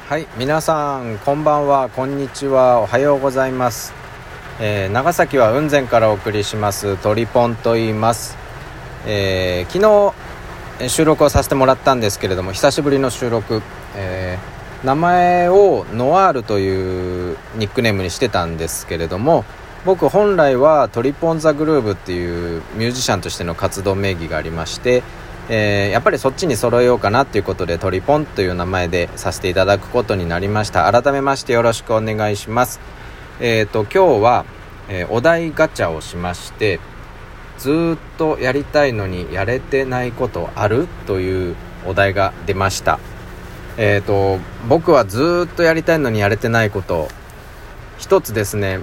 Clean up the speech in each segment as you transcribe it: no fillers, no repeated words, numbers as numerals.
はい、皆さんこんばんは、こんにちは、おはようございます。長崎は雲仙からお送りしますトリポンと言います。昨日収録をさせてもらったんですけれども、久しぶりの収録、名前をノワールというニックネームにしてたんですけれども、僕本来はトリポンザグルーブっていうミュージシャンとしての活動名義がありまして、やっぱりそっちに揃えようかなということでトリポンという名前でさせていただくことになりました。改めましてよろしくお願いします。今日は、お題ガチャをしまして、ずっとやりたいのにやれてないことあるというお題が出ました。僕はずっとやりたいのにやれてないこと一つですね。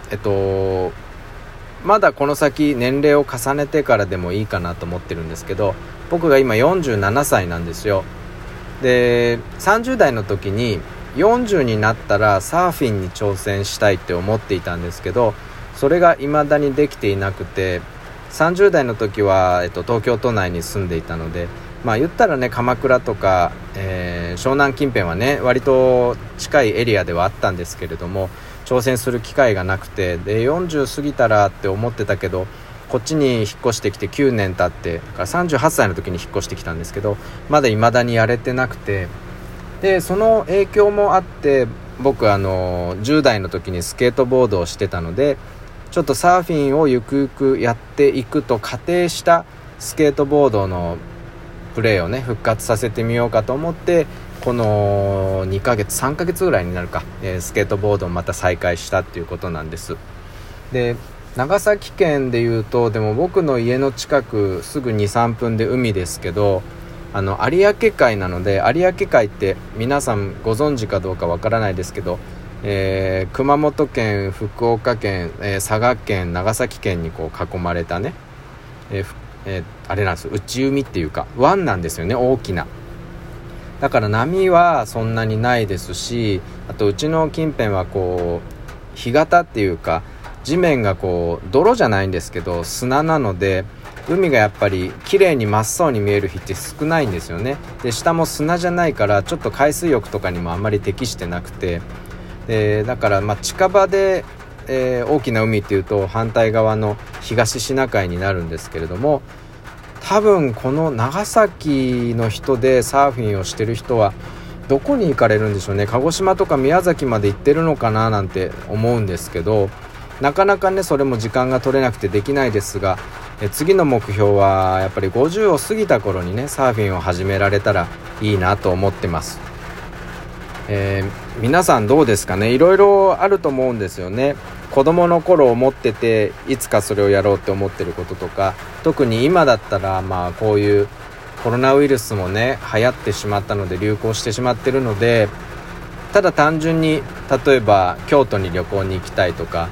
まだこの先年齢を重ねてからでもいいかなと思ってるんですけど、僕が今47歳なんですよ。で、30代の時に40になったらサーフィンに挑戦したいって思っていたんですけど、それが未だにできていなくて、30代の時は、東京都内に住んでいたので、言ったらね、鎌倉とか、湘南近辺はね割と近いエリアではあったんですけれども、挑戦する機会がなくて、で40過ぎたらって思ってたけど、こっちに引っ越してきて9年経って、だから38歳の時に引っ越してきたんですけど、まだ未だにやれてなくて、でその影響もあって、僕10代の時にスケートボードをしてたので、ちょっとサーフィンをゆくゆくやっていくと仮定したスケートボードのプレーをね復活させてみようかと思って、この2ヶ月3ヶ月ぐらいになるか、スケートボードをまた再開したっていうことなんです。で、長崎県でいうと、でも僕の家の近くすぐ 2,3 分で海ですけど、有明海なので、有明海って皆さんご存知かどうかわからないですけど、熊本県、福岡県、佐賀県、長崎県にこう囲まれたね、あれなんですよ、内海っていうか湾なんですよね、大きな。だから波はそんなにないですし、あとうちの近辺はこう干潟っていうか、地面がこう泥じゃないんですけど砂なので、海がやっぱり綺麗に真っ青に見える日って少ないんですよね。で、下も砂じゃないから、ちょっと海水浴とかにもあんまり適してなくて、だから近場で、大きな海っていうと反対側の東シナ海になるんですけれども、多分この長崎の人でサーフィンをしてる人はどこに行かれるんでしょうね。鹿児島とか宮崎まで行ってるのかななんて思うんですけど、なかなかねそれも時間が取れなくてできないですが、次の目標はやっぱり50を過ぎた頃にねサーフィンを始められたらいいなと思ってます。皆さんどうですかね。いろいろあると思うんですよね。子供の頃思ってて、いつかそれをやろうって思ってることとか、特に今だったらこういうコロナウイルスもね流行ってしまったので、流行してしまってるので、ただ単純に例えば京都に旅行に行きたいとか、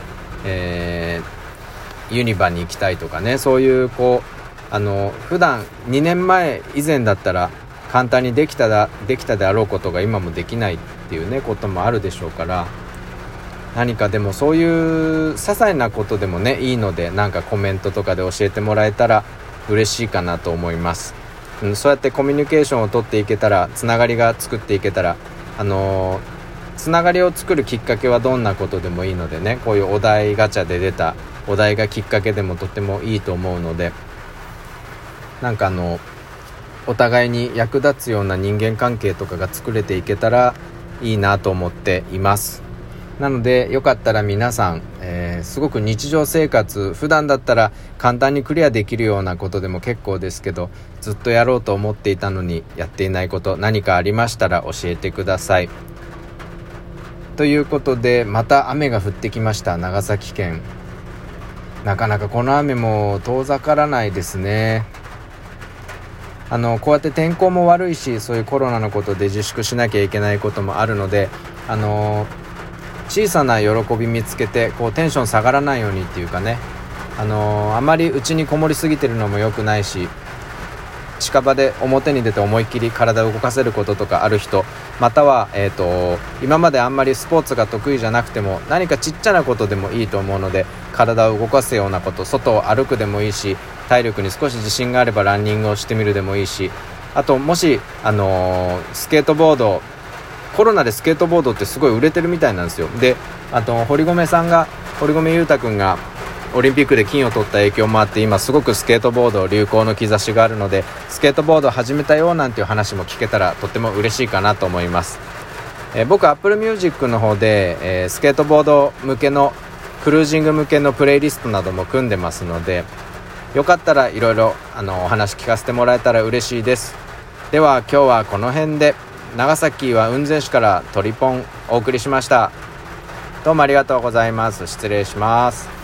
ユニバに行きたいとかね、そういうこう普段2年前以前だったら簡単にできたであろうことが今もできないっていうねこともあるでしょうから、何かでもそういう些細なことでもねいいので、なんかコメントとかで教えてもらえたら嬉しいかなと思います。そうやってコミュニケーションを取っていけたら、つながりが作っていけたら、つながりを作るきっかけはどんなことでもいいのでね、こういうお題ガチャで出たお題がきっかけでもとてもいいと思うので、なんかお互いに役立つような人間関係とかが作れていけたらいいなと思っています。なのでよかったら皆さん、すごく日常生活、普段だったら簡単にクリアできるようなことでも結構ですけど、ずっとやろうと思っていたのにやっていないこと、何かありましたら教えてください。ということで、また雨が降ってきました。長崎県、なかなかこの雨も遠ざからないですね。こうやって天候も悪いし、そういうコロナのことで自粛しなきゃいけないこともあるので、小さな喜び見つけて、こうテンション下がらないようにっていうかね、あまり家にこもりすぎてるのも良くないし、近場で表に出て思いっきり体を動かせることとかある人、または、今まであんまりスポーツが得意じゃなくても、何かちっちゃなことでもいいと思うので、体を動かすようなこと、外を歩くでもいいし、体力に少し自信があればランニングをしてみるでもいいし、あともし、スケートボードコロナでスケートボードってすごい売れてるみたいなんですよ。で、あと堀米雄太君がオリンピックで金を取った影響もあって、今すごくスケートボード流行の兆しがあるので、スケートボードを始めたよなんていう話も聞けたらとっても嬉しいかなと思います。僕 Apple Music の方で、スケートボード向けのクルージング向けのプレイリストなども組んでますので、よかったらいろいろお話聞かせてもらえたら嬉しいです。では今日はこの辺で、長崎は雲仙市からトリポンお送りしました。どうもありがとうございます。失礼します。